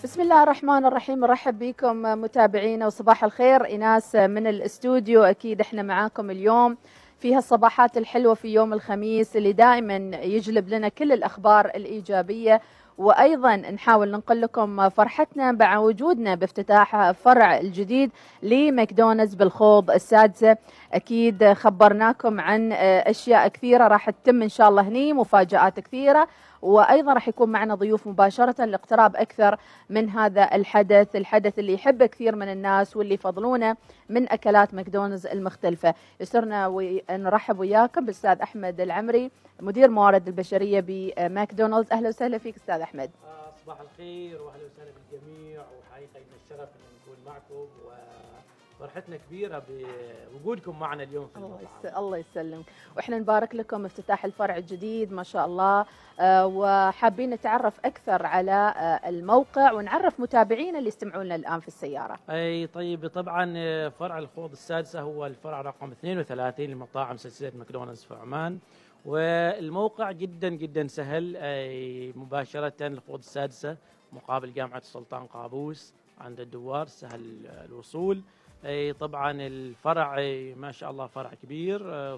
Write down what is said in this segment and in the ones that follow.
بسم الله الرحمن الرحيم. نرحب بكم متابعينا وصباح الخير. إيناس من الاستوديو. أكيد احنا معاكم اليوم في هالصباحات الحلوة في يوم الخميس اللي دائما يجلب لنا كل الأخبار الإيجابية، وأيضا نحاول ننقل لكم فرحتنا مع وجودنا بافتتاح فرع الجديد لماكدونالدز بالخوض السادسة. أكيد خبرناكم عن أشياء كثيرة راح تتم إن شاء الله هني، مفاجآت كثيرة، وأيضا راح يكون معنا ضيوف مباشرة لاقتراب أكثر من هذا الحدث اللي يحبه كثير من الناس واللي يفضلونه من أكلات ماكدونالدز المختلفة. يسرنا نرحب وياكم بالأستاذ أحمد العمري، مدير موارد البشرية بماكدونالدز. أهلا وسهلا فيك أستاذ أحمد. صباح الخير واهلا وسهلا بالجميع، وحقيقه لنا الشرف ان نكون معكم، وفرحتنا كبيره بوجودكم معنا اليوم في المطعم. الله يسلمك، واحنا نبارك لكم افتتاح الفرع الجديد ما شاء الله. وحابين نتعرف اكثر على الموقع ونعرف متابعينا اللي يستمعون لنا الان في السياره. اي طيب، طبعا فرع الخوض السادسه هو الفرع رقم 32 لمطاعم سلسله ماكدونالدز في عمان، والموقع جدا جدا سهل. مباشرة الخوض السادسة مقابل جامعة السلطان قابوس عند الدوار، سهل الوصول. طبعا الفرع ما شاء الله فرع كبير،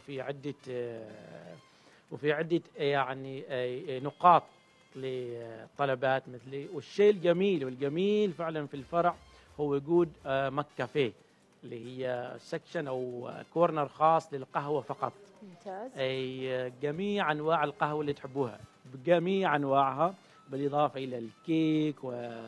وفي عدة يعني نقاط للطلبات مثلي. والشيء الجميل فعلا في الفرع هو وجود ماك كافيه، اللي هي سكشن او كورنر خاص للقهوة فقط. ممتاز. أي جميع أنواع القهوة اللي تحبوها بجميع أنواعها، بالإضافة إلى الكيك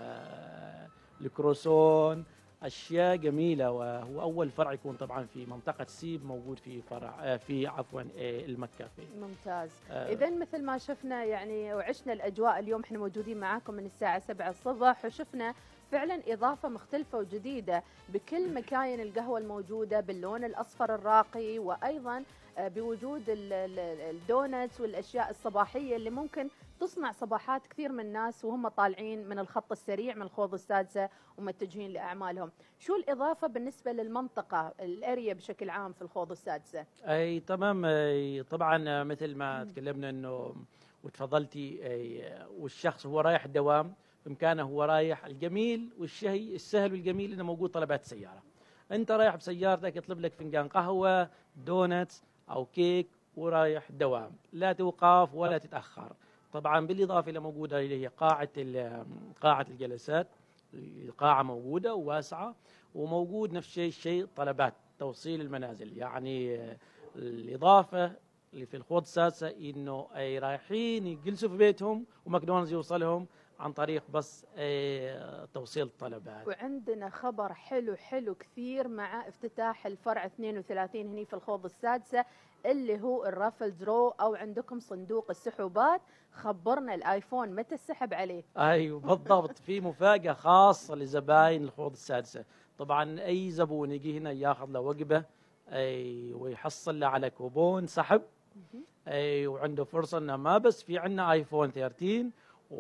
والكروسون، أشياء جميلة. وهو أول فرع يكون طبعا في منطقة سيب موجود في فرع المكافي. ممتاز. إذا مثل ما شفنا يعني وعشنا الأجواء اليوم، احنا موجودين معاكم من الساعة 7 الصبح، وشفنا فعلا إضافة مختلفة وجديدة بكل مكاين القهوة الموجودة باللون الأصفر الراقي، وأيضا بوجود الدونتس والأشياء الصباحية اللي ممكن تصنع صباحات كثير من الناس وهم طالعين من الخط السريع من الخوض السادسة ومتجهين لأعمالهم. شو الإضافة بالنسبة للمنطقة الأريا بشكل عام في الخوض السادسة؟ أي تمام. طبعا مثل ما تكلمنا أنه وتفضلتي، والشخص هو رايح الدوام بإمكانه هو رايح، الجميل والشيء السهل والجميل إنه موجود طلبات سيارة. أنت رايح بسيارتك يطلب لك فنجان قهوة، دونتس أو كيك، ورايح الدوام، لا توقف ولا تتأخر. طبعا بالإضافة إلى موجودة اللي هي قاعة الجلسات، القاعة موجودة وواسعة، وموجود نفس الشيء طلبات توصيل المنازل. يعني الإضافة اللي في الخوض السادسة إنه أي رايحين يجلسوا في بيتهم وماكدونالدز يوصلهم عن طريق بس توصيل الطلبات. وعندنا خبر حلو كثير مع افتتاح الفرع 32 هني في الخوض السادسة، اللي هو الرافل درو، أو عندكم صندوق السحوبات. خبرنا الآيفون متى السحب عليه؟ أيوة بالضبط، في مفاجأة خاصة لزباين الخوض السادسة. طبعا أي زبون يجي هنا ياخذ له وجبة ويحصل له على كوبون سحب، وعنده فرصة إنه ما بس في عندنا آيفون 13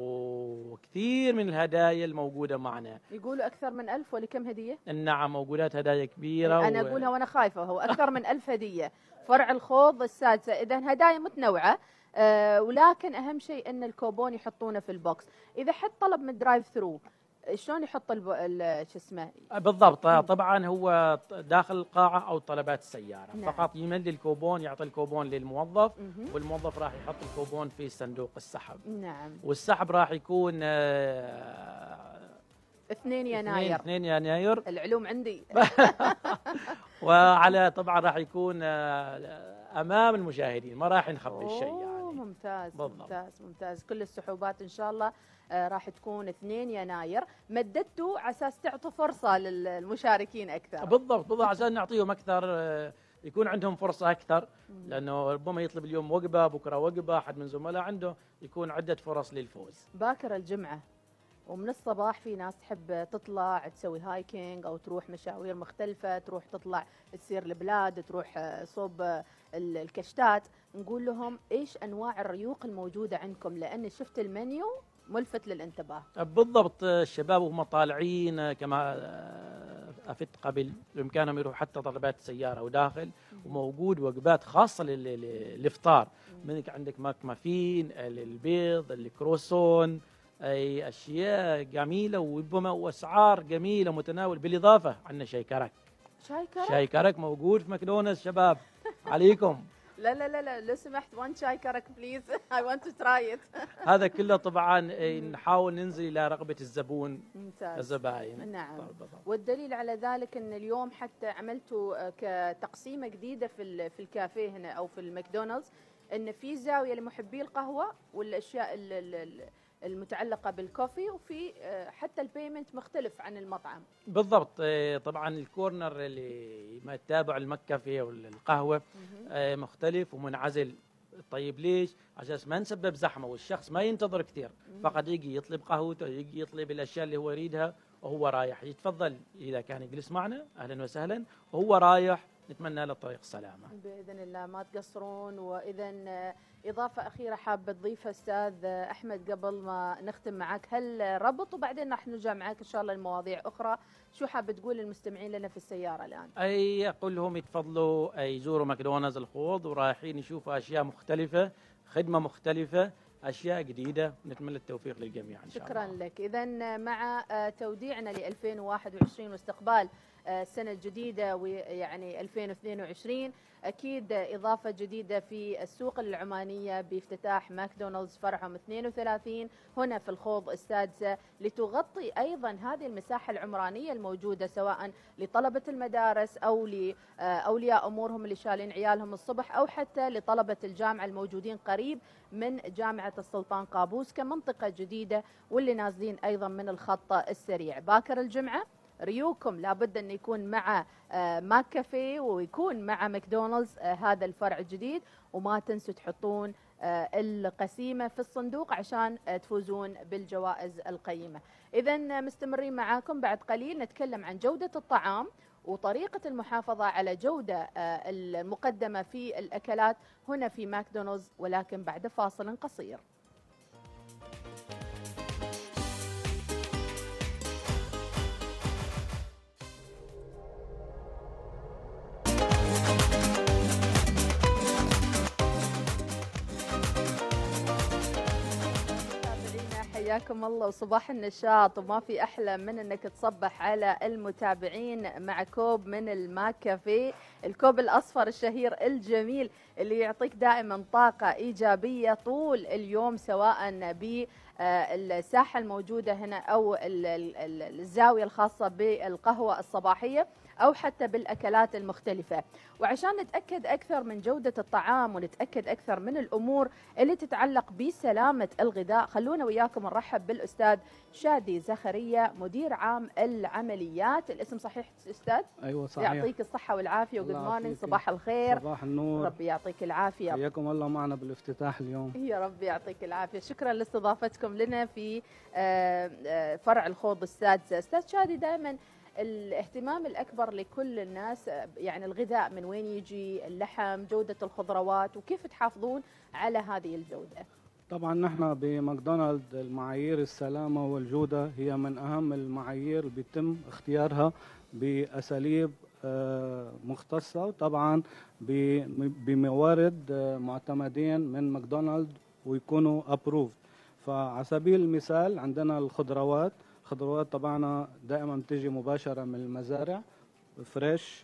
وكثير من الهدايا الموجودة معنا. يقولوا أكثر من 1000 ولا كم هدية؟ نعم، موجودات هدايا كبيرة. أنا أقولها وأنا خايفة، هو أكثر من 1000 هدية فرع الخوض السادسة. إذا هدايا متنوعة، ولكن أهم شيء أن الكوبون يحطونه في البوكس. إذا حد طلب من درايف ثرو، شلون يحط شو اسمه؟ بالضبط. طبعا هو داخل القاعة أو طلبات السيارة. نعم. فقط يملي الكوبون، يعطي الكوبون للموظف، والموظف راح يحط الكوبون في صندوق السحب. نعم. والسحب راح يكون 2 يناير. 2 يناير العلوم عندي. وعلى طبعا راح يكون أمام المشاهدين، ما راح نخبي الشيء يعني. ممتاز. بالضبط. ممتاز. كل السحوبات إن شاء الله راح تكون 2 يناير. مددتوا على أساس تعطوا فرصة للمشاركين أكثر. بالضبط عشان نعطيهم أكثر، يكون عندهم فرصة أكثر، لأنه ربما يطلب اليوم وجبة، بكرة وجبة، أحد من زملاء عنده يكون عدة فرص للفوز. باكر الجمعة ومن الصباح في ناس تحب تطلع تسوي هايكينج أو تروح مشاوير مختلفة، تروح تطلع تسير البلاد، تروح صوب الكشتات. نقول لهم إيش أنواع الريوق الموجودة عندكم، لأن شفت المنيو ملفت للانتباه. بالضبط. الشباب وهم طالعين كما أفدت قبل بإمكانهم يروح حتى طلبات السيارة وداخل، وموجود وجبات خاصة للإفطار. منك عندك ماك مافين، البيض، الكروسون، أي أشياء جميلة وأسعار جميلة متناول. بالإضافة عندنا شاي كرك. شاي كرك موجود في ماكدونالدز شباب عليكم. لا لا لا لا لو سمحت وان شاي كرك بليز اي ونت تو تراي ات. هذا كله طبعا نحاول ننزل الى رغبه الزبون. ممتاز. الزباين. نعم. والدليل على ذلك ان اليوم حتى عملتوا كتقسيمه جديده في الكافيه هنا او في الماكدونالدز، ان في زاويه لمحبي القهوه والاشياء المتعلقه بالكوفي، وفي حتى البيمنت مختلف عن المطعم. بالضبط. طبعا الكورنر اللي ما يتابع المكافي والقهوه مختلف ومنعزل. طيب ليش؟ عشان ما نسبب زحمه والشخص ما ينتظر كثير، فقط يجي يطلب قهوته، يجي يطلب الاشياء اللي هو يريدها وهو رايح. يتفضل اذا كان يجلس معنا اهلا وسهلا، وهو رايح نتمنى له طريق السلامه باذن الله ما تقصرون. واذا اضافه اخيره حابه تضيفها استاذ احمد قبل ما نختم معك، هل ربط وبعدين راح نرجع معك ان شاء الله لمواضيع اخرى، شو حابه تقول للمستمعين لنا في السياره الان؟ اي اقول لهم يتفضلوا يزوروا ماكدونالدز الخوض، ورايحين يشوفوا اشياء مختلفه، خدمه مختلفه، اشياء جديده. نتمنى التوفيق للجميع ان شاء الله. شكرا لك. اذا مع توديعنا ل 2021 واستقبال السنه الجديده ويعني 2022 اكيد اضافه جديده في السوق العمانيه بافتتاح ماكدونالدز فرعهم 32 هنا في الخوض السادسه، لتغطي ايضا هذه المساحه العمرانيه الموجوده سواء لطلبه المدارس او لاولياء امورهم اللي شالين عيالهم الصبح، او حتى لطلبه الجامعه الموجودين قريب من جامعه السلطان قابوس كمنطقه جديده، واللي نازلين ايضا من الخط السريع. باكر الجمعه ريوكم لابد أن يكون مع ماك كافيه ويكون مع ماكدونالدز هذا الفرع الجديد، وما تنسوا تحطون القسيمة في الصندوق عشان تفوزون بالجوائز القيمة. إذا مستمرين معاكم بعد قليل نتكلم عن جودة الطعام وطريقة المحافظة على جودة المقدمة في الأكلات هنا في ماكدونالدز، ولكن بعد فاصل قصير. حياكم الله وصباح النشاط، وما في أحلى من أنك تصبح على المتابعين مع كوب من الماك كافيه، الكوب الأصفر الشهير الجميل اللي يعطيك دائما طاقة إيجابية طول اليوم، سواء بالساحة الموجودة هنا أو الزاوية الخاصة بالقهوة الصباحية أو حتى بالأكلات المختلفة. وعشان نتأكد أكثر من جودة الطعام ونتأكد أكثر من الأمور اللي تتعلق بسلامة الغذاء، خلونا وياكم نرحب بالأستاذ شادي زخريا مدير عام العمليات. الاسم صحيح أستاذ؟ أيوة صحيح. يعطيك الصحة والعافية وجود مورنينج. صباح الخير. صباح النور. ربي يعطيك العافية. حياكم الله معنا بالافتتاح اليوم. يا ربي يعطيك العافية. شكرا لاستضافتكم لنا في فرع الخوض السادسة. أستاذ شادي، دائما الاهتمام الأكبر لكل الناس يعني الغذاء، من وين يجي اللحم، جودة الخضروات، وكيف تحافظون على هذه الجودة؟ طبعا نحن بماكدونالد المعايير السلامة والجودة هي من أهم المعايير بيتم اختيارها بأساليب مختصة، وطبعا بموارد معتمدين من ماكدونالد ويكونوا أبروفد. فعلى سبيل المثال عندنا الخضروات طبعا دائما بتيجي مباشرة من المزارع فريش،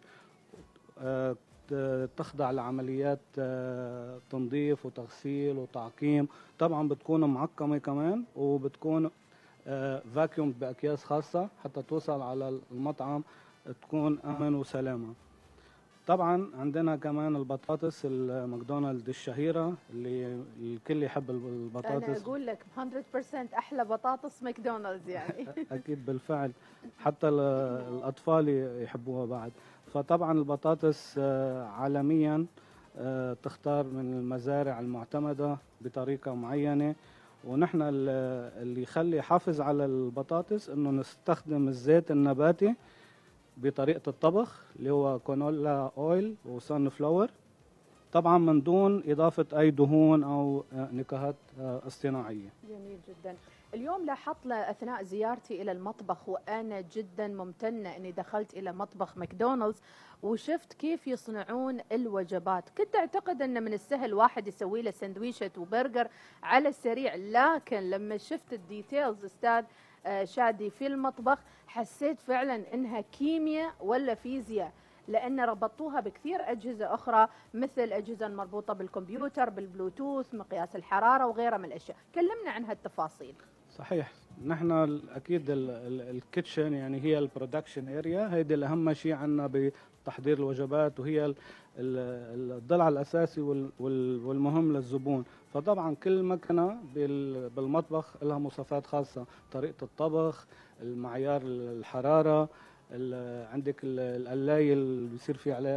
تخضع لعمليات تنظيف وتغسيل وتعقيم، طبعا بتكون معقمة كمان وبتكون فاكيوم بأكياس خاصة حتى توصل على المطعم تكون أمن وسلامة. طبعا عندنا كمان البطاطس الماكدونالد الشهيرة اللي الكل يحب البطاطس. أنا أقول لك 100% أحلى بطاطس ماكدونالدز يعني. أكيد بالفعل، حتى الأطفال يحبوها بعد. فطبعا البطاطس عالميا تختار من المزارع المعتمدة بطريقة معينة، ونحن اللي يخلي يحافظ على البطاطس انه نستخدم الزيت النباتي بطريقة الطبخ اللي هو كونولا اويل وسان فلاور، طبعا من دون اضافة اي دهون او نكهات اصطناعية. جميل جدا. اليوم لاحظت أثناء زيارتي إلى المطبخ، وأنا جدا ممتنة أني دخلت إلى مطبخ ماكدونالدز وشفت كيف يصنعون الوجبات. كنت أعتقد أن من السهل واحد يسوي له سندويشة وبرجر على السريع، لكن لما شفت الديتيلز أستاذ شادي في المطبخ حسيت فعلا أنها كيمياء ولا فيزياء، لأن ربطوها بكثير أجهزة أخرى، مثل أجهزة مربوطة بالكمبيوتر، بالبلوتوث، مقياس الحرارة وغيرها من الأشياء. كلمنا عن هالتفاصيل. صحيح. نحن اكيد الكيتشن يعني هي البرودكشن اريا، هيدي الاهم شيء عندنا بتحضير الوجبات، وهي الضلع الاساسي والمهم للزبون. فطبعا كل مكنه بالمطبخ لها مواصفات خاصه، طريقه الطبخ، المعيار الحراره، عندك القلايه اللي بيصير في عليها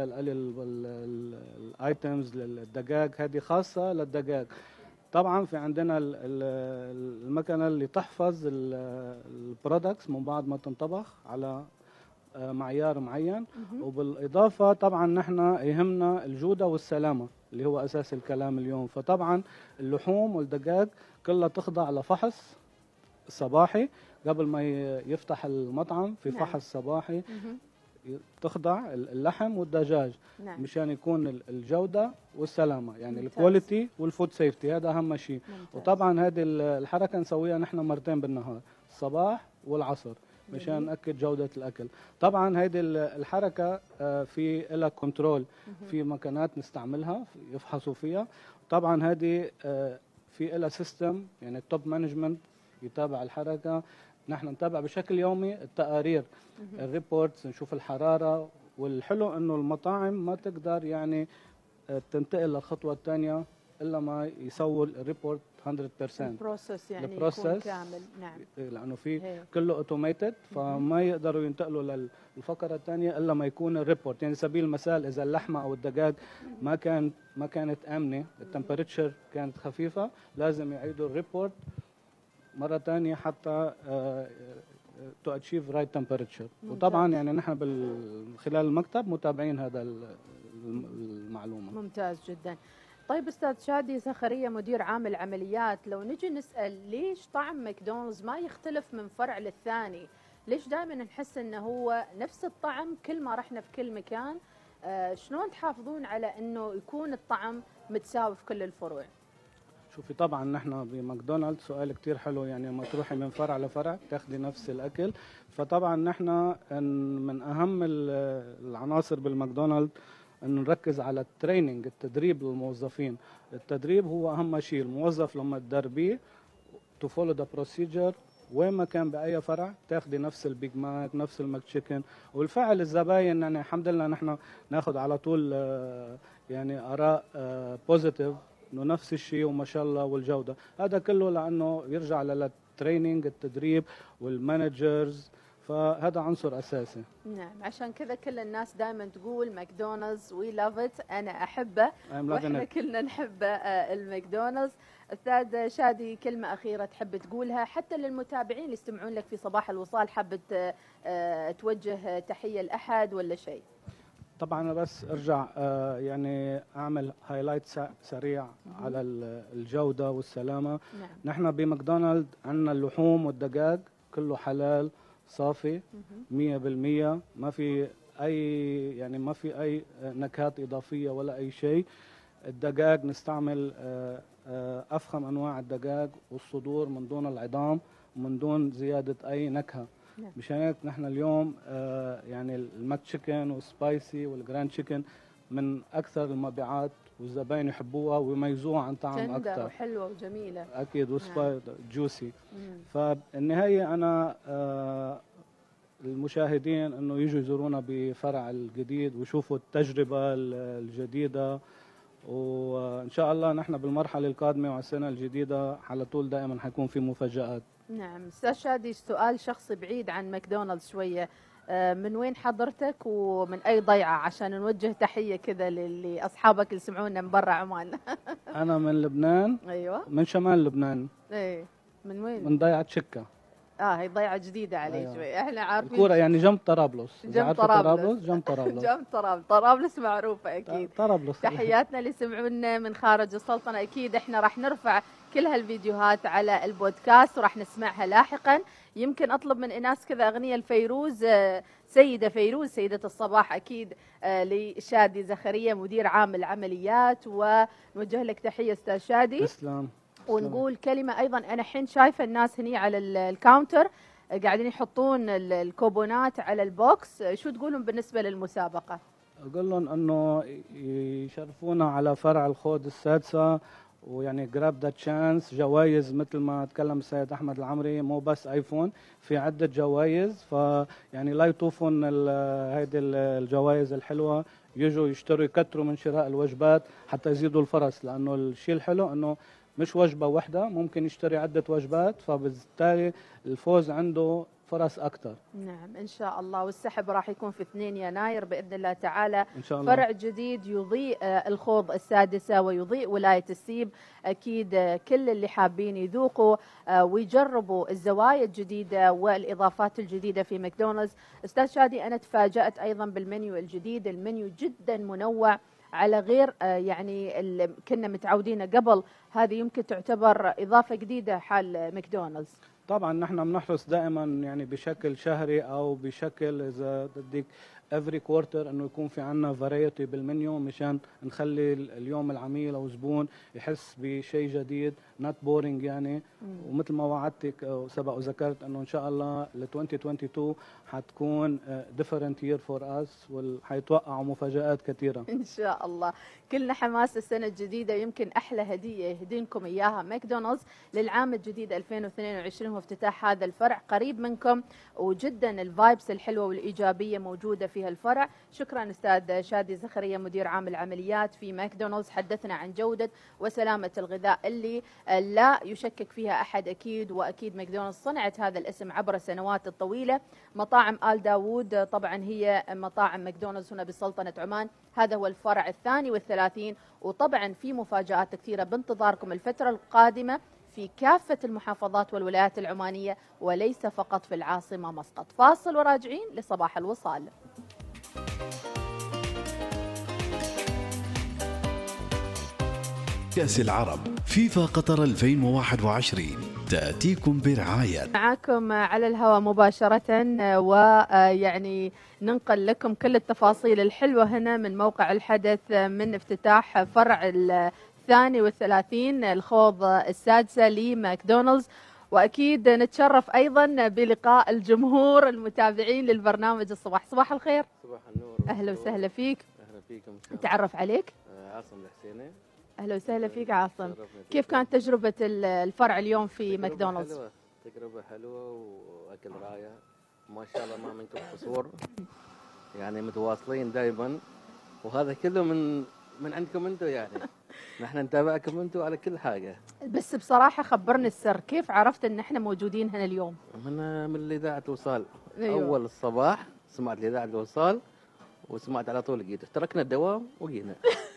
الايتمز للدجاج، هذه خاصه للدجاج. طبعا في عندنا المكنه اللي تحفظ البرودكتس من بعد ما تنطبخ على معيار معين، وبالاضافه طبعا نحن يهمنا الجوده والسلامه اللي هو اساس الكلام اليوم. فطبعا اللحوم والدجاج كلها تخضع لفحص صباحي قبل ما يفتح المطعم، في فحص صباحي تخضع اللحم والدجاج، نعم، مشان يكون الجودة والسلامة، يعني الكواليتي والفود سيفتي، هذا أهم شيء. وطبعا هذه الحركة نسويها نحن مرتين بالنهار، الصباح والعصر، مشان نأكد جودة الأكل. طبعا هذه الحركة في لها كنترول، في مكانات نستعملها يفحصوا فيها. طبعا هذه في لها سيستم، يعني التوب مانجمنت يتابع الحركة، نحن نتابع بشكل يومي التقارير، الريبورتس، نشوف الحرارة. والحلو انه المطاعم ما تقدر يعني تنتقل للخطوة الثانية الا ما يسووا الريبورت 100%. البروسيس يعني يكون كامل، نعم، لانه في كله اوتوميتد، فما يقدروا ينتقلوا للفقرة الثانية الا ما يكون الريبورت. يعني سبيل المثال اذا اللحمة او الدجاج ما كانت امنة، التمبريتشر كانت خفيفة، لازم يعيدوا الريبورت مرة ثانية حتى to achieve right temperature. وطبعا يعني نحن خلال المكتب متابعين هذا المعلومة. ممتاز جدا. طيب أستاذ شادي زخريا، مدير عام العمليات، لو نجي نسأل ليش طعم ماكدونالدز ما يختلف من فرع للثاني؟ ليش دائما نحس انه هو نفس الطعم كل ما رحنا في كل مكان؟ شلون تحافظون على انه يكون الطعم متساوي في كل الفروع؟ شوفي، طبعا نحن بماكدونالدز سؤال كتير حلو، يعني لما تروحي من فرع لفرع تاخدي نفس الاكل. فطبعا نحن من اهم العناصر بالماكدونالدز انه نركز على التريننج، التدريب للموظفين. التدريب هو اهم شيء، الموظف لما تدربيه تو فولو ذا بروسيجر، وين ما كان باي فرع تاخدي نفس البيج ماك، نفس الماك تشيكن. والفعل الزباين يعني الحمد لله نحن ناخذ على طول يعني اراء بوزيتيف انه نفس الشيء وما شاء الله، والجوده هذا كله لانه يرجع للتريننج، التدريب والمانجرز، فهذا عنصر اساسي. نعم، عشان كذا كل الناس دائما تقول ماكدونالدز وي لاف ات، انا احبه واحنا كلنا نحب الماكدونالدز. استاذ شادي، كلمه اخيره تحب تقولها حتى للمتابعين اللي يستمعون لك في صباح الوصال، حابه توجه تحيه لاحد ولا شيء؟ طبعا انا بس ارجع يعني اعمل هايلايت سريع على الجوده والسلامه. نعم. نحن بماكدونالد عندنا اللحوم والدجاج كله حلال صافي 100%، ما في اي نكهات اضافيه ولا اي شيء. الدجاج نستعمل افخم انواع الدجاج والصدور من دون العظام ومن دون زياده اي نكهه. نعم. مشان هيك نحن اليوم يعني الماك تشيكن والسبايسي والجراند تشيكن من اكثر المبيعات، والزباين يحبوها ويميزوها عن طعم اكثر، وحلوه وجميله اكيد، وسبايس جوسي. فالنهايه انا المشاهدين انه يجوا يزورونا بفرع الجديد ويشوفوا التجربه الجديده، وان شاء الله نحن بالمرحله القادمه والسنه الجديده على طول دائما حيكون في مفاجآت. نعم. استاذ شادي، سؤال شخصي بعيد عن ماكدونالدز شويه، من وين حضرتك ومن اي ضيعه عشان نوجه تحيه كذا لاصحابك اللي يسمعونا من برا عمان؟ انا من لبنان. ايوه، من شمال لبنان. ايه، من وين؟ من ضيعه شكا. هي ضيعه جديده علي. أيوة. شوي احنا عارفين الكوره يعني جنب طرابلس. جنب طرابلس. جنب طرابلس. جنب طرابلس معروفه اكيد. طرابلس. تحياتنا اللي يسمعونا من خارج السلطنه، اكيد احنا راح نرفع كل هالفيديوهات على البودكاست وراح نسمعها لاحقا. يمكن أطلب من إناس كذا أغنية الفيروز، سيدة فيروز سيدة الصباح أكيد، لشادي زكريا مدير عام العمليات، ونوجه لك تحية أستاذ شادي. تسلم. ونقول كلمة أيضا، أنا حين شايفة الناس هني على الكاونتر قاعدين يحطون الكوبونات على البوكس، شو تقولون بالنسبة للمسابقة؟ أقول لهم أنه يشرفونا على فرع الخوض السادسة، ويعني جراب ذا تشانس. جوائز مثل ما تكلم السيد أحمد العمري، مو بس آيفون، في عدة جوائز، فيعني لا يطوفون هيدي الجوائز الحلوة، يجوا يشتروا يكتروا من شراء الوجبات حتى يزيدوا الفرص، لأنه الشيء الحلو أنه مش وجبة واحدة، ممكن يشتري عدة وجبات، فبالتالي الفوز عنده فرص أكثر. نعم إن شاء الله. والسحب راح يكون في 2 يناير بإذن الله تعالى. إن شاء الله. فرع جديد يضيء الخوض السادسة ويضيء ولاية السيب. أكيد كل اللي حابين يذوقوا ويجربوا الزوايا الجديدة والإضافات الجديدة في ماكدونالدز. أستاذ شادي، أنا تفاجأت أيضا بالمنيو الجديد، المنيو جدا منوع على غير يعني اللي كنا متعودين قبل. هذه يمكن تعتبر إضافة جديدة حال ماكدونالدز. طبعا نحن بنحرص دائما يعني بشكل شهري او بشكل اذا بدك every quarter انه يكون في عنا variety بالمنيو، مشان نخلي اليوم العميل او زبون يحس بشيء جديد not boring يعني. ومثل ما وعدتك سبق وذكرت انه ان شاء الله ل 2022 حتكون different year for us، وحيتوقعوا مفاجآت كثيرة ان شاء الله. كلنا حماس السنة الجديدة. يمكن احلى هدية يهدينكم اياها ماكدونالدز للعام الجديد 2022 هو افتتاح هذا الفرع قريب منكم، وجدا الفايبس الحلوة والايجابية موجودة في هالفرع. شكرا استاذ شادي زكريا مدير عام العمليات في ماكدونالدز، حدثنا عن جودة وسلامة الغذاء اللي لا يشكك فيها احد اكيد. واكيد ماكدونالدز صنعت هذا الاسم عبر السنوات الطويلة. مطاعم آل داوود طبعا هي مطاعم ماكدونالدز هنا بسلطنة عمان، هذا هو الفرع 32. وطبعا في مفاجآت كثيرة بانتظاركم الفترة القادمة في كافة المحافظات والولايات العمانية، وليس فقط في العاصمة مسقط. فاصل وراجعين لصباح الوصال. كأس العرب فيفا قطر 2021 تأتيكم برعاية. معاكم على الهواء مباشرة، ويعني ننقل لكم كل التفاصيل الحلوة هنا من موقع الحدث، من افتتاح فرع 32 الخوض السادسة لماكدونالدز. وأكيد نتشرف أيضا بلقاء الجمهور المتابعين للبرنامج الصباح. صباح الخير. صباح النور. أهلا وسهلا فيك. أهلا فيكم. نتعرف عليك. عاصم الحسيني. أهلا وسهلا فيك عاصم. كيف كانت تجربة الفرع اليوم في ماكدونالدز؟ تجربة حلوة وأكل رائع ما شاء الله، ما منكم قصور، يعني متواصلين دائما، وهذا كله من عندكم انتم يعني. نحن نتابعكم انتم على كل حاجة. بس بصراحة خبرني السر، كيف عرفت ان احنا موجودين هنا اليوم؟ من إذاعة الوصال. أيوة. أول الصباح سمعت إذاعة الوصال وسمعت على طول جيت، تركنا الدوام وجينا.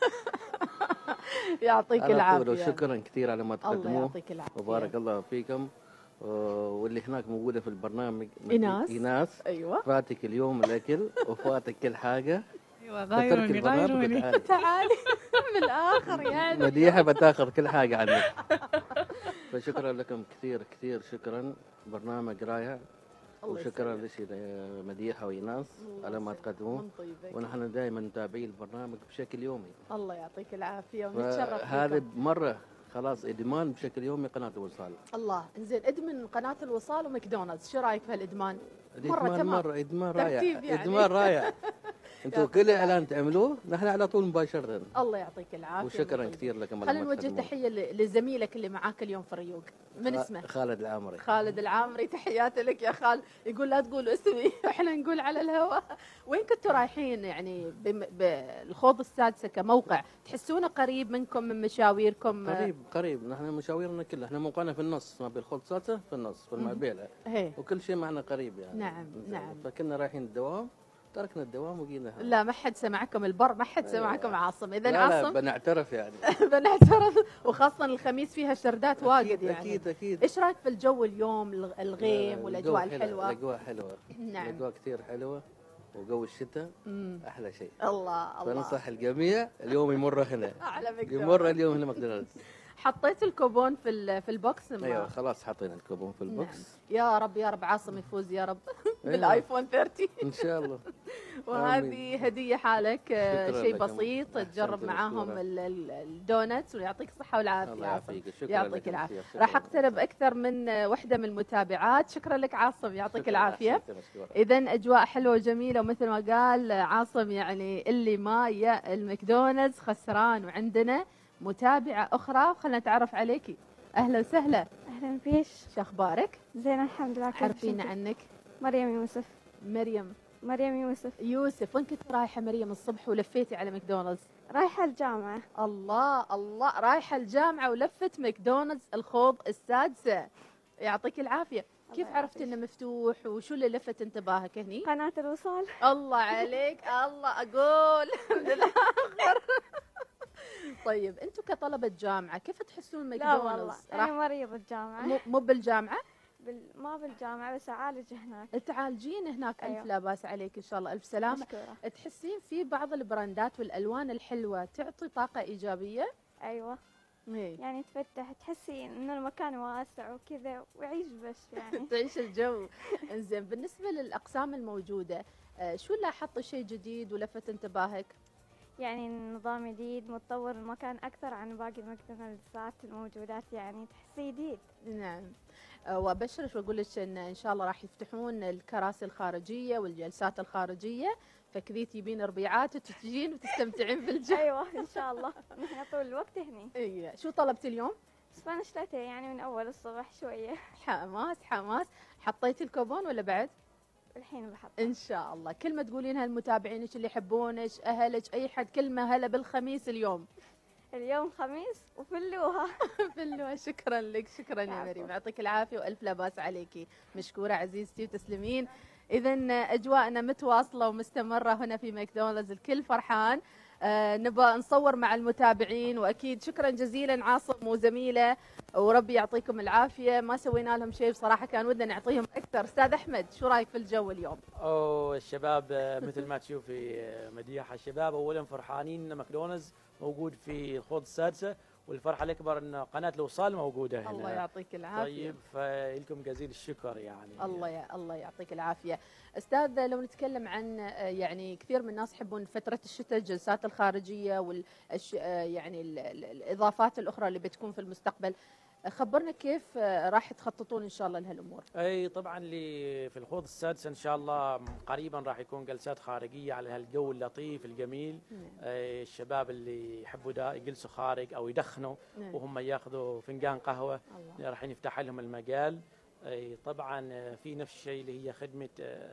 يعطيك العافية. وشكرا كثير على ما تقدموه. الله يعطيك العافية. وبارك الله فيكم. واللي هناك موجودة في البرنامج إيناس. أيوة. فاتك اليوم الأكل وفاتك كل حاجة. أيوة غيروني. تعالي من الآخر يعني. مديحة بتاخذ كل حاجة عنك. فشكرا لكم كثير كثير، شكرا. برنامج رائع. وشكرا لمديحة وإيناس على ما تقدموه، ونحن دائما نتابعين البرنامج بشكل يومي. الله يعطيك العافية ونتشرف. هذا مرة خلاص ادمان بشكل يومي قناة الوصال. الله، انزين ادمن قناة الوصال وماكدونالدز، شو رايك في هالادمان؟ مرة ادمان رائع. يعني. ادمان رائع. انتم كل اعلان تعملوه نحن على طول مباشرة. الله يعطيك العافية. وشكرا كثير لكم. خلينا نوجه تحية لزميلك اللي معاك اليوم في الريوق، من اسمه؟ خالد العامري. خالد العامري، تحياتي لك يا خال. يقول لا تقول اسمي احنا نقول على الهواء. وين كنتوا رايحين يعني بالخوض السادسة كموقع؟ تحسونه قريب منكم من مشاويركم؟ قريب. نحن مشاويرنا كلها، احنا موقعنا في النص ما بين الخوض السادسة، في النص في المعبيلة، وكل شيء معنا قريب يعني. نعم. فكنا رايحين الدوام، تركنا الدوام وجينا. لا ما حد سمعكم البر، ما حد سمعكم عاصم. اذا عاصم لا بنعترف يعني. بنعترف، وخاصة الخميس فيها شردات واجد يعني. أكيد. ايش رايك في الجو اليوم، الغيم والاجواء الحلوة؟ الاجواء حلوة. نعم. الاجواء كثير حلوة، وجو الشتاء احلى شيء. الله. فننصح الجميع اليوم يمر هنا. على يمر اليوم هنا ماكدونالدز. حطيت الكوبون في البوكس. ايوه خلاص حطينا الكوبون في البوكس. نعم. يا رب يا رب عاصم يفوز يا رب أيوة. بالايفون 30 ان شاء الله. وهذه هديه حالك. شيء لكم. بسيط أحسنت تجرب معاهم مشكورة. الدونتس ويعطيك الصحه والعافيه الله عاصم. يعافيك. شكرا يعطيك لكم العافيه. كثير. شكراً. راح اقترب اكثر من وحده من المتابعات. شكرا لك عاصم يعطيك شكراً. العافيه. أحسنت مشكورة. اذا اجواء حلوه وجميله ومثل ما قال عاصم يعني اللي ما يا الماكدونالدز خسران. وعندنا متابعه اخرى خلينا نتعرف عليكي. اهلا وسهلا. أهلا فيش. شو اخبارك؟ زين الحمد لله. كيف عرفينا انت؟ عنك. مريم يوسف. مريم يوسف. وين كنت رايحه مريم الصبح ولفيتي على ماكدونالدز؟ رايحة الجامعة. الله رايحه الجامعه ولفت ماكدونالدز الخوض السادسه. يعطيك العافيه. كيف عرفت يعافيك. انه مفتوح وشو اللي لفت انتباهك هني؟ قناة الوصال. الله عليك الله اقول للاخر. طيب انتم كطلبه جامعه كيف تحسون لا والله ماكدونالدز؟ أنا مريض الجامعة. مو بالجامعه؟ ما بالجامعة بس أعالج هناك. تعالجين هناك. أيوة. الف لا باس عليك ان شاء الله الف سلامه. مشكورة. تحسين في بعض البراندات والالوان الحلوه تعطي طاقه ايجابيه؟ أيوة إيه. يعني تفتح تحسي إن المكان واسع وكذا ويعيش بس يعني. تعيش الجو. انزين بالنسبه للاقسام الموجوده شو لاحظتي شيء جديد ولفت انتباهك؟ يعني نظام جديد متطور المكان أكثر عن باقي الماكدونالدزات الموجودات يعني تحسي جديد. نعم. وابشرك واقول لك ان شاء الله راح يفتحون الكراسي الخارجيه والجلسات الخارجيه فكذي تجيبين ربيعات وتجين وتستمتعين بالجو. أيوة إن شاء الله نحن طول الوقت هني. اي شو طلبتي اليوم؟ سبانيش لاتيه يعني من أول الصبح شوية. حماس. حطيتي الكوبون ولا بعد؟ الحين بحط. ان شاء الله. كلمه تقولينها لمتابعينك اللي يحبونك اهلك اي حد كلمه هلا بالخميس اليوم. اليوم خميس وفلوها. بالله شكرا لك. شكرا يا مريم يعطيك العافيه والف لا باس عليكي. مشكوره عزيزتي وتسلمين. اذا اجواءنا متواصله ومستمره هنا في ماكدونالدز الكل فرحان. نبى نصور مع المتابعين واكيد شكرا جزيلا عاصم وزميله وربي يعطيكم العافيه. ما سوينا لهم شيء بصراحه كان ودنا نعطيهم اكثر. استاذ احمد شو رايك في الجو اليوم؟ الشباب مثل ما تشوفي مديحه الشباب اولا فرحانين ان ماكدونالدز موجود في الخوض السادسه والفرحه الاكبر ان قناه الوصال موجوده هنا. الله يعطيك العافيه. طيب فلكم جزيل الشكر يعني. الله يعطيك العافيه. استاذ لو نتكلم عن يعني كثير من الناس يحبون فتره الشتاء الجلسات الخارجيه يعني الاضافات الاخرى اللي بتكون في المستقبل. خبرنا كيف راح تخططون ان شاء الله لهالامور؟ اي طبعا في الخوض السادس ان شاء الله قريبا راح يكون جلسات خارجيه على هالجو اللطيف الجميل. الشباب اللي يحبوا يجلسوا خارج او يدخنوا وهم ياخذوا فنجان قهوه راح يفتح لهم المجال. طبعا في نفس الشيء اللي هي خدمه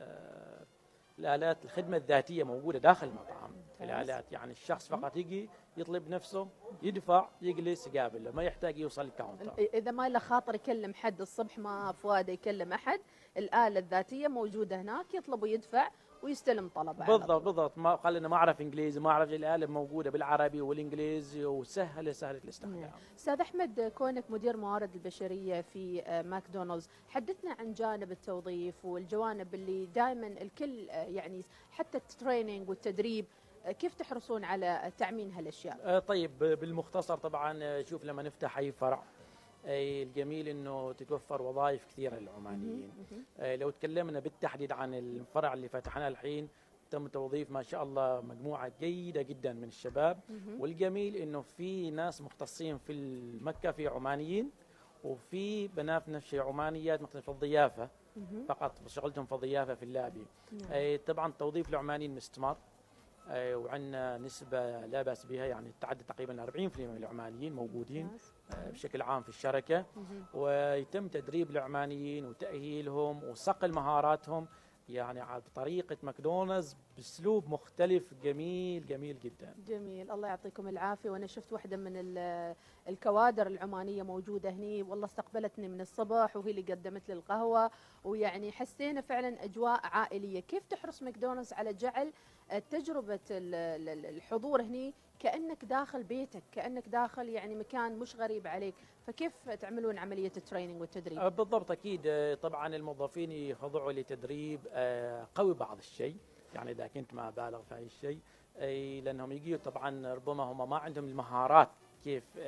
الآلات الخدمة الذاتية موجودة داخل المطعم. الآلات يعني الشخص فقط يجي يطلب نفسه يدفع يجلس يقابله ما يحتاج يوصل الكاونتر. إذا ما له خاطر يكلم حد الصبح ما فؤاده يكلم أحد الآلة الذاتية موجودة هناك يطلب ويدفع ويستلم طلبه. بالضبط. ما قال لنا ما اعرف انجليزي ما اعرف الآلة موجودة بالعربي والانجليزي وسهلة الاستخدام. استاذ احمد كونك مدير موارد البشرية في ماكدونالدز حدثنا عن جانب التوظيف والجوانب اللي دائما الكل يعني حتى التريننج والتدريب كيف تحرصون على تأمين هالاشياء؟ طيب بالمختصر طبعا شوف لما نفتح اي فرع الجميل انه تتوفر وظائف كثيره للعمانيين. لو تكلمنا بالتحديد عن الفرع اللي فتحناه الحين تم توظيف ما شاء الله مجموعه جيده جدا من الشباب. والجميل انه في ناس مختصين في المكه في عمانيين وفي بنات نفس عمانيات مثلا في الضيافه فقط شغلتهم في الضيافه في اللابي. طبعا توظيف العمانيين مستمر وعندنا نسبة لا بأس بها يعني تعدى تقريبا 40% من العمانيين موجودين بشكل عام في الشركة. ويتم تدريب العمانيين وتأهيلهم وصقل مهاراتهم يعني بطريقة ماكدونالدز باسلوب مختلف جميل جدا. جميل الله يعطيكم العافية. وانا شفت واحدة من الكوادر العمانية موجودة هني والله استقبلتني من الصبح وهي اللي قدمت لي القهوة ويعني حسينا فعلا اجواء عائلية. كيف تحرص ماكدونالدز على جعل تجربة الحضور هني كأنك داخل بيتك كأنك داخل يعني مكان مش غريب عليك فكيف تعملون عملية التريننج والتدريب؟ بالضبط أكيد. طبعا الموظفين يخضعوا لتدريب قوي بعض الشيء يعني إذا كنت ما بالغ في هاي الشيء لأنهم يجوا طبعا ربما هم ما عندهم المهارات كيف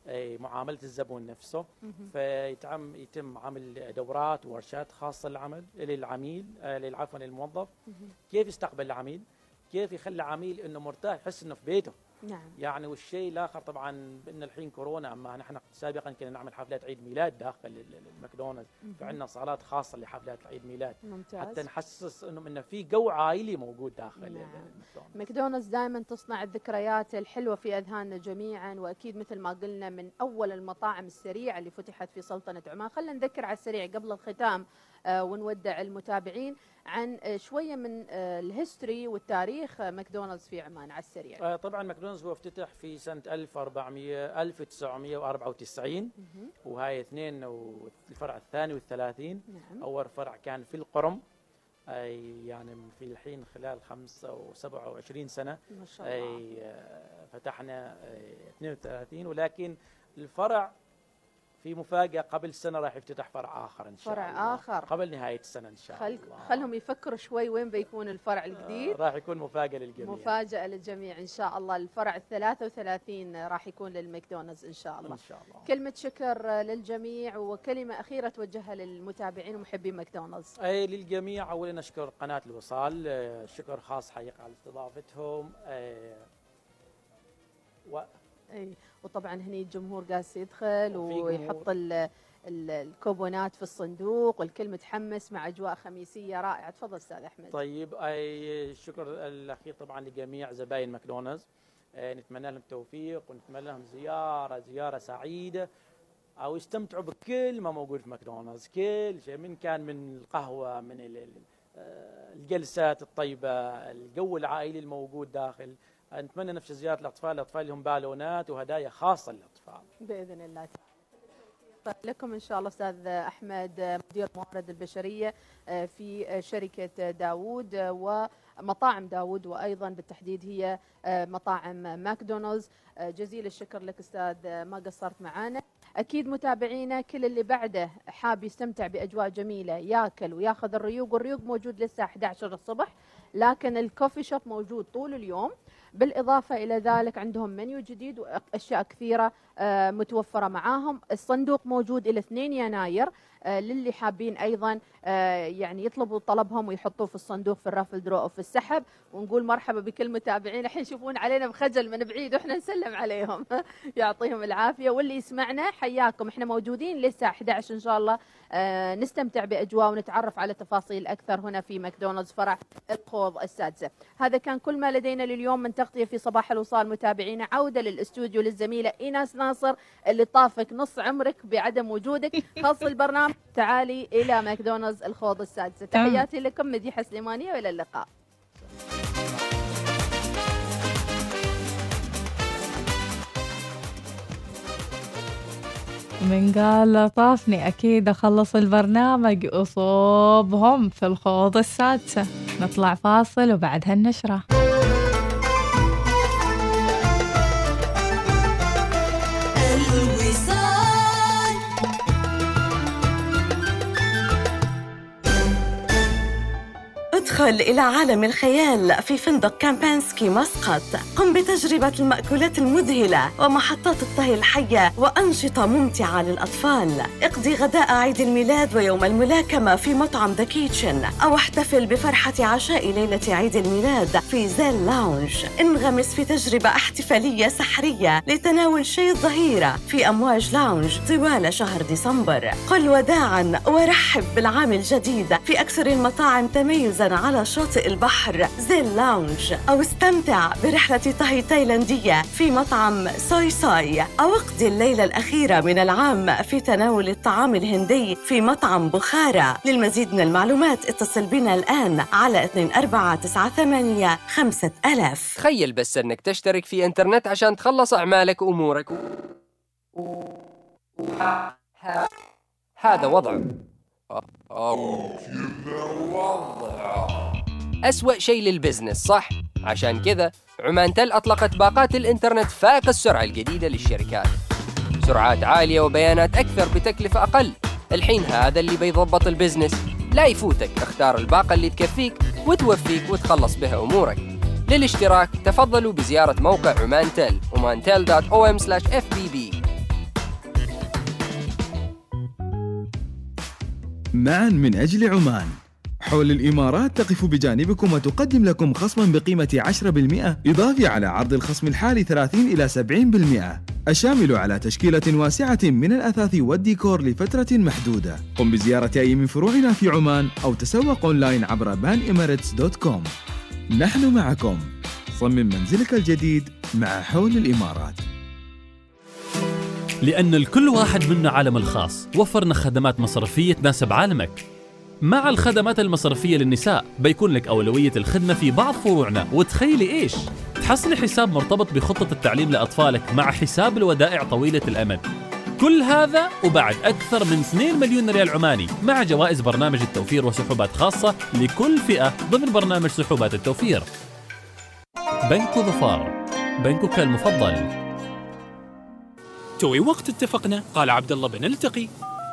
معاملة الزبون نفسه. فيتم عمل دورات وورشات خاصة للعميل للموظف، كيف يستقبل العميل، كيف يخلي العميل انه مرتاح، يحس انه في بيته. نعم. يعني والشيء الاخر طبعا ان الحين كورونا، اما نحن سابقا كنا نعمل حفلات عيد ميلاد داخل الماكدونالدز، فعندنا صالات خاصه لحفلات عيد ميلاد. ممتاز. حتى نحسس انه في جو عائلي موجود داخل. نعم. الماكدونالدز. ماكدونالدز دائما تصنع الذكريات الحلوه في اذهاننا جميعا، واكيد مثل ما قلنا من اول المطاعم السريعه اللي فتحت في سلطنه عمان. خلينا نذكر على السريع قبل الختام ونودع المتابعين عن شويه من الهيستوري والتاريخ ماكدونالدز في عمان على السريع. طبعا ماكدونالدز هو افتتح في سنه 1994 وهاي اثنين، والفرع الثاني والثلاثين. نعم. اول فرع كان في القرم، يعني في الحين خلال 27 سنه ما شاء الله. فتحنا 32، ولكن الفرع في مفاجأة قبل سنة راح يفتتح فرع آخر إن شاء الله. فرع آخر قبل نهاية السنة إن شاء الله. خلهم يفكروا شوي وين بيكون الفرع الجديد. راح يكون مفاجأة للجميع. مفاجأة للجميع إن شاء الله. الفرع 33 راح يكون للماكدونالدز إن شاء الله. إن شاء الله. كلمة شكر للجميع وكلمة أخيرة توجهها للمتابعين ومحبين ماكدونالدز. للجميع أولا نشكر قناة الوصال، شكر خاص حقيقة على استضافتهم. وطبعا هني الجمهور قاعد يدخل ويحط الكوبونات في الصندوق، والكل متحمس مع اجواء خميسيه رائعه. تفضل استاذ احمد. طيب الشكر الاخير طبعا لجميع زباين ماكدونالدز، نتمنى لهم التوفيق ونتمنى لهم زياره سعيده، او يستمتعوا بكل ما موجود في ماكدونالدز، كل شيء، من كان من القهوه، من الجلسات الطيبه، الجو العائلي الموجود داخل. نتمنى نفس زيارة الأطفال اللي هم بالونات وهدايا خاصة للأطفال بإذن الله تعالى. لكم إن شاء الله أستاذ أحمد، مدير الموارد البشرية في شركة داوود ومطاعم داوود، وأيضا بالتحديد هي مطاعم ماكدونالدز. جزيل الشكر لك أستاذ، ما قصرت معنا. أكيد متابعينا كل اللي بعده حاب يستمتع بأجواء جميلة، ياكل وياخذ الريوق، والريوق موجود لسه 11 الصبح، لكن الكوفي شوب موجود طول اليوم. بالإضافة إلى ذلك عندهم منيو جديد وأشياء كثيرة متوفرة معاهم. الصندوق موجود إلى 2 يناير للي حابين أيضا يعني يطلبوا طلبهم ويحطوه في الصندوق في الرافل درو أو في السحب. ونقول مرحبا بكل متابعين، الحين يشوفون علينا بخجل من بعيد وإحنا نسلم عليهم. يعطيهم العافية. واللي يسمعنا حياكم، إحنا موجودين لسه 11 إن شاء الله، نستمتع بأجواء ونتعرف على تفاصيل أكثر هنا في ماكدونالدز فرع الخوض السادسة. هذا كان كل ما لدينا لليوم من تغطية في صباح الوصال. متابعينا عودة للاستوديو للزميلة إيناس ناصر اللي طافك نص عمرك بعدم وجودك. خلص البرنامج تعالي إلى ماكدونالدز الخوض السادسة. تحياتي لكم، مديحة سليمانية، وإلى اللقاء. من قال طافني أكيد أخلص البرنامج أصوبهم في الخوض السادسة. نطلع فاصل وبعدها النشرة. ادخل إلى عالم الخيال في فندق كامبانسكي مسقط. قم بتجربة المأكولات المذهلة ومحطات الطهي الحية وأنشطة ممتعة للأطفال. اقضي غداء عيد الميلاد ويوم الملاكمة في مطعم ذا كيتشن، أو احتفل بفرحة عشاء ليلة عيد الميلاد في زيل لاونج. انغمس في تجربة احتفالية سحرية لتناول شاي الظهيرة في أمواج لاونج طوال شهر ديسمبر. قل وداعاً ورحب بالعام الجديد في أكثر المطاعم تميزاً على شاطئ البحر زيل لاونج، أو استمتع برحلة طهي تايلاندية في مطعم سوي ساي، أو اقضي الليلة الأخيرة من العام في تناول الطعام الهندي في مطعم بخارى. للمزيد من المعلومات اتصل بنا الآن على 2498 5000. تخيل بس أنك تشترك في إنترنت عشان تخلص أعمالك وأمورك. هذا وضع أسوأ شيء للبزنس، صح؟ عشان كذا عمان تل أطلقت باقات الإنترنت فائق السرعة الجديدة للشركات. سرعات عالية وبيانات أكثر بتكلفة أقل. الحين هذا اللي بيضبط البزنس. لا يفوتك، اختار الباقة اللي تكفيك وتوفيك وتخلص بها أمورك. للاشتراك تفضلوا بزيارة موقع عمان تل، omantel.om/fbb. معا من أجل عمان. حول الإمارات تقف بجانبكم وتقدم لكم خصما بقيمة 10% إضافي على عرض الخصم الحالي 30 إلى 70%، الشامل على تشكيلة واسعة من الأثاث والديكور لفترة محدودة. قم بزيارة أي من فروعنا في عمان أو تسوق أونلاين عبر banemirates.com. نحن معكم. صمم منزلك الجديد مع حول الإمارات. لأن الكل واحد منا عالم الخاص، وفرنا خدمات مصرفية تناسب عالمك. مع الخدمات المصرفية للنساء بيكون لك أولوية الخدمة في بعض فروعنا، وتخيلي إيش؟ تحصلي حساب مرتبط بخطة التعليم لأطفالك مع حساب الودائع طويلة الأمد. كل هذا وبعد أكثر من 2 مليون ريال عماني مع جوائز برنامج التوفير وسحوبات خاصة لكل فئة ضمن برنامج سحوبات التوفير. بنك ظفار، بنكك المفضل. توي وقت اتفقنا، قال عبد الله بنلتقي.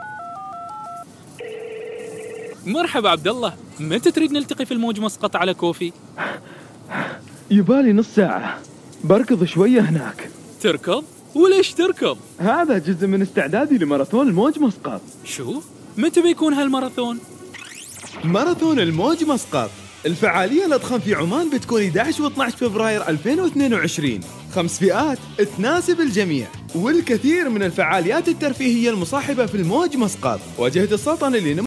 مرحبا عبد الله، متى تريد نلتقي في الموج مسقط على كوفي؟ يبالي نص ساعة، بركض شوية هناك. تركض؟ وليش تركض؟ هذا جزء من استعدادي لماراثون الموج مسقط. شو؟ متى بيكون هالماراثون؟ ماراثون الموج مسقط، الفعالية الأضخم في عمان بتكون 11 و 12 فبراير 2022. 5 فئات تناسب الجميع، والكثير من الفعاليات الترفيهية المصاحبة في الموج مسقط. واجهة السلطنة